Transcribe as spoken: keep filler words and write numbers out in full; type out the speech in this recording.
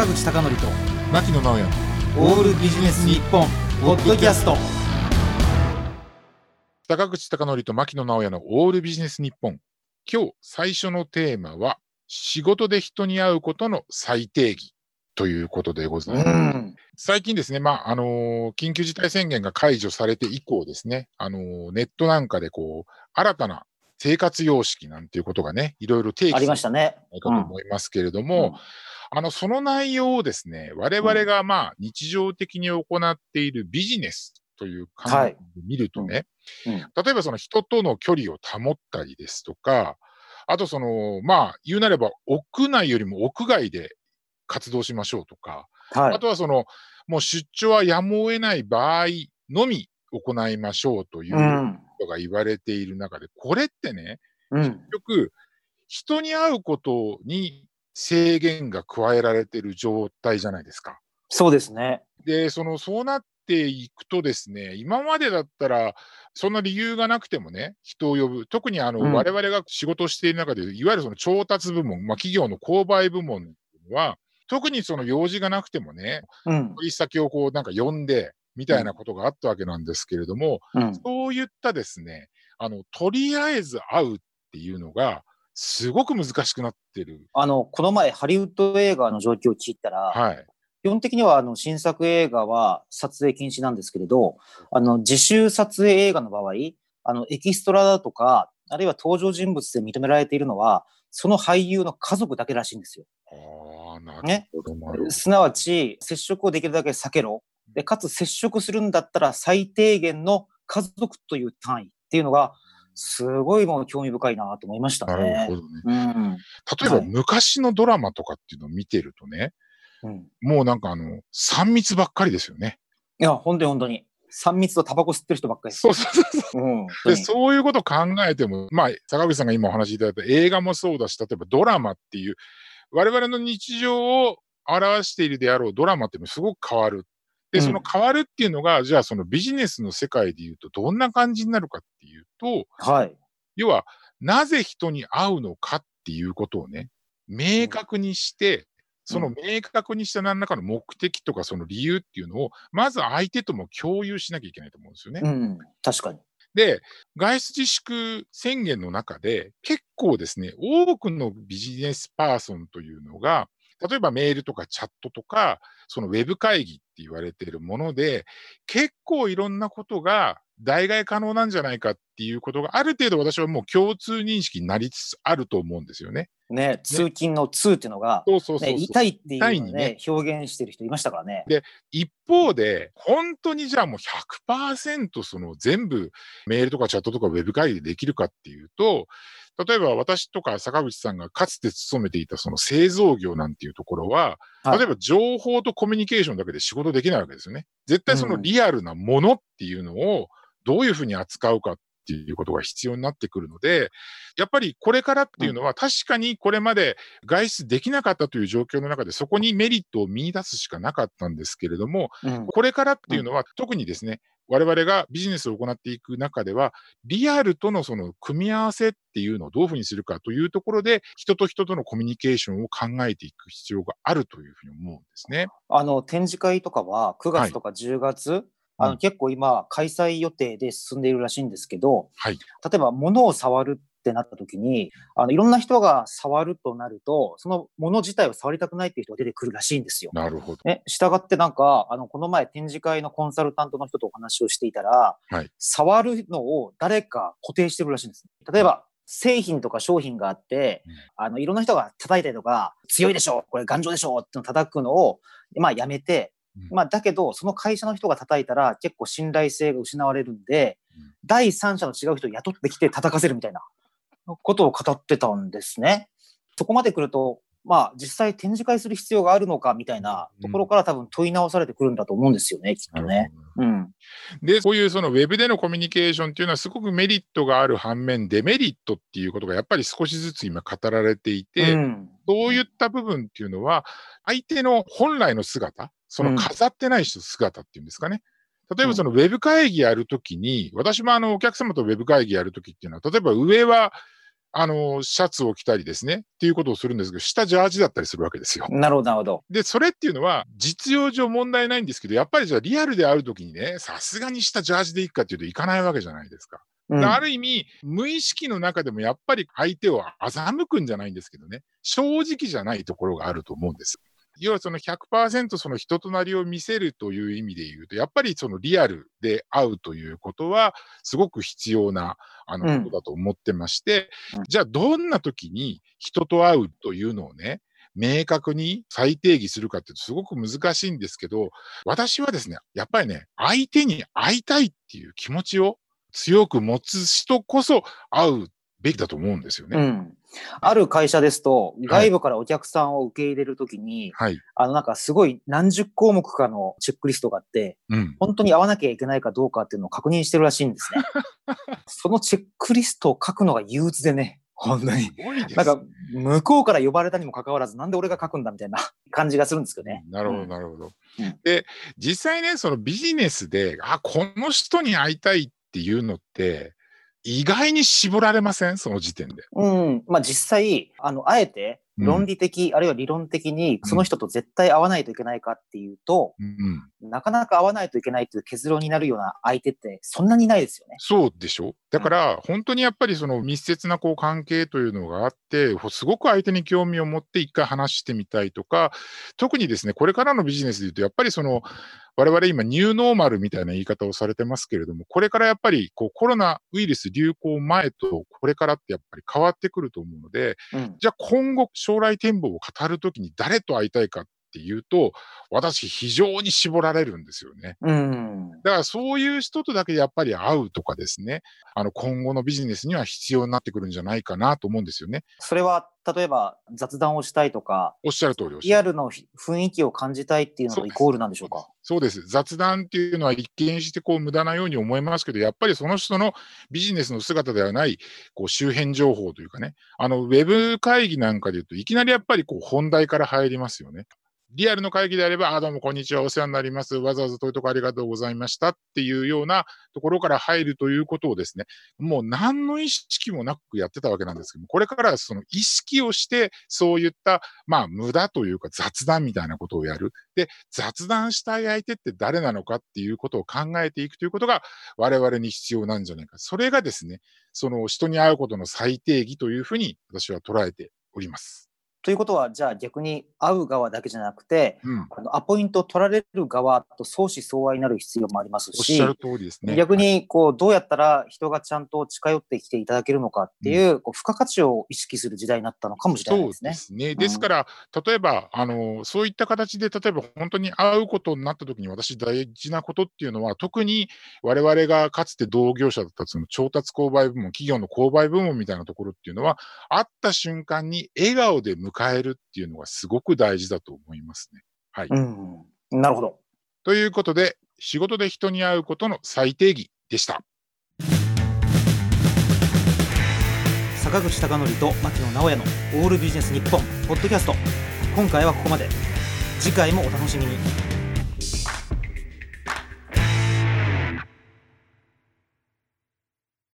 坂口孝則と牧野直哉オールビジネス日本ポッドキャスト。 坂口孝則と牧野直哉のオールビジネス日本。今日最初のテーマは仕事で人に会うことの再定義ということでございます。うん最近ですね、まああのー、緊急事態宣言が解除されて以降ですね、あのー、ネットなんかでこう新たな生活様式なんていうことがね、いろいろ提起されているかと思いますけれども、うんうん、あのその内容をですね、我々がまあ日常的に行っているビジネスという観点で見るとね、はいうんうん、例えばその人との距離を保ったりですとか、あとそのまあ言うなれば屋内よりも屋外で活動しましょうとか、はい、あとはそのもう出張はやむを得ない場合のみ行いましょうということが言われている中で、これってね、うん、結局人に会うことに制限が加えられている状態じゃないですか。 そうですね。 で、そのそうなっていくとですね、今までだったらそんな理由がなくてもね、人を呼ぶ。特にあの、うん、我々が仕事をしている中で、いわゆるその調達部門、まあ、企業の購買部門は、特にその用事がなくてもね、うん、取引先をこうなんか呼んで、みたいなことがあったわけなんですけれども、うん、そういったですね、あの、とりあえず会うっていうのが、すごく難しくなってる。 あの、この前、ハリウッド映画の状況を聞いたら、はい、基本的にはあの新作映画は撮影禁止なんですけれど、あの自主撮影映画の場合、あのエキストラだとか、あるいは登場人物で認められているのは、その俳優の家族だけらしいんですよ。 ああ、なるほど、なるほど。 すなわち、接触をできるだけ避けろ。で、かつ接触するんだったら最低限の家族という単位っていうのが、すごいもう興味深いなと思いましたね。 なるほどね。うん、例えば、はい、昔のドラマとかっていうのを見てるとね、うん、もうなんかあの、さん密ばっかりですよね。 いや、本当に本当に。さん密とタバコ吸ってる人ばっかりです。 そうそうそう。うん、でそういうことを考えても、まあ、坂口さんが今お話しいただいた映画もそうだし、例えばドラマっていう、我々の日常を表しているであろうドラマっていうのもすごく変わる。で、その変わるっていうのが、うん、じゃあそのビジネスの世界で言うとどんな感じになるかっていうと、はい、要は、なぜ人に会うのかっていうことをね、明確にして、うんその明確にした何らかの目的とかその理由っていうのを、まず相手とも共有しなきゃいけないと思うんですよね。 うん、確かに。 で、外出自粛宣言の中で、結構ですね、多くのビジネスパーソンというのが、例えばメールとかチャットとか、そのウェブ会議って言われているもので、結構いろんなことが代替可能なんじゃないかっていうことがある程度私はもう共通認識になりつつあると思うんですよね。 ね、通勤の通っていうのが、 そうそうそうそう、 ね、痛いっていうのを、ねね、表現してる人いましたからね。 で、一方で、本当にじゃあもう ひゃくパーセント その全部メールとかチャットとかウェブ会議でできるかっていうと、例えば私とか坂口さんがかつて勤めていたその製造業なんていうところは、例えば情報とコミュニケーションだけで仕事できないわけですよね。絶対そのリアルなものっていうのをどういうふうに扱うかっていうことが必要になってくるので、やっぱりこれからっていうのは確かにこれまで外出できなかったという状況の中でそこにメリットを見出すしかなかったんですけれども、うん、これからっていうのは特にですね、我々がビジネスを行っていく中では、リアルとのその組み合わせっていうのをどういうふうにするかというところで、人と人とのコミュニケーションを考えていく必要があるというふうに思うんですね。 あの、展示会とかはくがつとかじゅうがつ、はいあの、うん、結構今、開催予定で進んでいるらしいんですけど、はい、例えば物を触るってなった時に、あの、いろんな人が触るとなると、その物自体を触りたくないっていう人が出てくるらしいんですよ。 なるほど。 ね、従ってなんか、あの、この前展示会のコンサルタントの人とお話をしていたら、はい、触るのを誰か固定してるらしいんです。例えば、製品とか商品があって、うん、あの、いろんな人が叩いたりとか、強いでしょこれ頑丈でしょっての叩くのを、まあ、やめて、まあ、だけど、その会社の人が叩いたら結構信頼性が失われるんで、うん、第三者の違う人を雇ってきて叩かせるみたいなことを語ってたんですね。そこまで来ると、まあ、実際展示会する必要があるのかみたいなところから多分問い直されてくるんだと思うんですよね、うん、きっとね。うん、 で、こういうそのウェブでのコミュニケーションっていうのはすごくメリットがある反面、デメリットっていうことがやっぱり少しずつ今語られていて、うん、そういった部分っていうのは、相手の本来の姿、その飾ってない人姿っていうんですかね。例えばそのウェブ会議やるときに、私もあのお客様とウェブ会議やるときっていうのは、例えば上はあの、シャツを着たりですね、っていうことをするんですけど、下ジャージだったりするわけですよ。 なるほど、なるほど。 で、それっていうのは、実用上問題ないんですけど、やっぱりじゃあリアルで会うときにね、さすがに下ジャージで行くかっていうと行かないわけじゃないですか。うん、ある意味、無意識の中でもやっぱり相手を欺くんじゃないんですけどね、正直じゃないところがあると思うんです。要はその ひゃくパーセント その人となりを見せるという意味で言うと、やっぱりそのリアルで会うということは、すごく必要なあのことだと思ってまして、うん、じゃあどんな時に人と会うというのをね、明確に再定義するかっていうとすごく難しいんですけど、私はですね、やっぱりね、相手に会いたいっていう気持ちを強く持つ人こそ会うべきだと思うんですよね。 うん、ある会社ですと、外部からお客さんを受け入れるときに、はい、あのなんかすごい何十項目かのチェックリストがあって、うん、本当に会わなきゃいけないかどうかっていうのを確認してるらしいんですね。そのチェックリストを書くのが憂鬱でね、本当に。なんか向こうから呼ばれたにもかかわらず、なんで俺が書くんだみたいな感じがするんですけどね。 なるほど、なるほど。うん、で、実際ね、そのビジネスで、あ、この人に会いたいっていうのって、意外に絞られません？その時点で。 うん。まあ実際、あの、あえて論理的、うん、あるいは理論的にその人と絶対会わないといけないかっていうと、うんうん、なかなか会わないといけないという結論になるような相手ってそんなにないですよね。 そうでしょ？だから、うん、本当にやっぱりその密接なこう関係というのがあって、すごく相手に興味を持って一回話してみたいとか、特にですね、これからのビジネスで言うと、やっぱりその、我々今ニューノーマルみたいな言い方をされてますけれども、これからやっぱりこうコロナウイルス流行前とこれからってやっぱり変わってくると思うので、うん、じゃあ今後将来展望を語るときに誰と会いたいかっていうと、私非常に絞られるんですよね。うん、だからそういう人とだけやっぱり会うとかですね、あの今後のビジネスには必要になってくるんじゃないかなと思うんですよね。 それは例えば雑談をしたいとか、 おっしゃる通り、 リアルの雰囲気を感じたいっていうのがイコールなんでしょうか？ そうです。雑談っていうのは一見してこう無駄なように思いますけど、やっぱりその人のビジネスの姿ではないこう周辺情報というかね、あのウェブ会議なんかで言うといきなりやっぱりこう本題から入りますよね。リアルの会議であれば、あ、どうもこんにちは、お世話になります。わざわざ遠いとこありがとうございましたっていうようなところから入るということをですね、もう何の意識もなくやってたわけなんですけども、これからはその意識をして、そういった、まあ無駄というか雑談みたいなことをやる。で、雑談したい相手って誰なのかっていうことを考えていくということが我々に必要なんじゃないか。それがですね、その人に会うことの最定義というふうに私は捉えております。 ということは、じゃあ逆に会う側だけじゃなくて、うん、あのアポイントを取られる側と相思相愛になる必要もありますし、 おっしゃる通りですね。 逆にこうどうやったら人がちゃんと近寄ってきていただけるのかっていう、うん、こう付加価値を意識する時代になったのかもしれないですね。 そうですね。ですから、うん、例えばあのそういった形で例えば本当に会うことになった時に私大事なことっていうのは、特に我々がかつて同業者だったその調達購買部門、企業の購買部門みたいなところっていうのは、会った瞬間に笑顔で迎えるっていうのがすごく大事だと思いますね。はい。 うん、なるほど。 ということで、仕事で人に会うことの最定義でした。 坂口孝則と牧野直哉のオールビジネス日本ポッドキャスト。今回はここまで。次回もお楽しみに。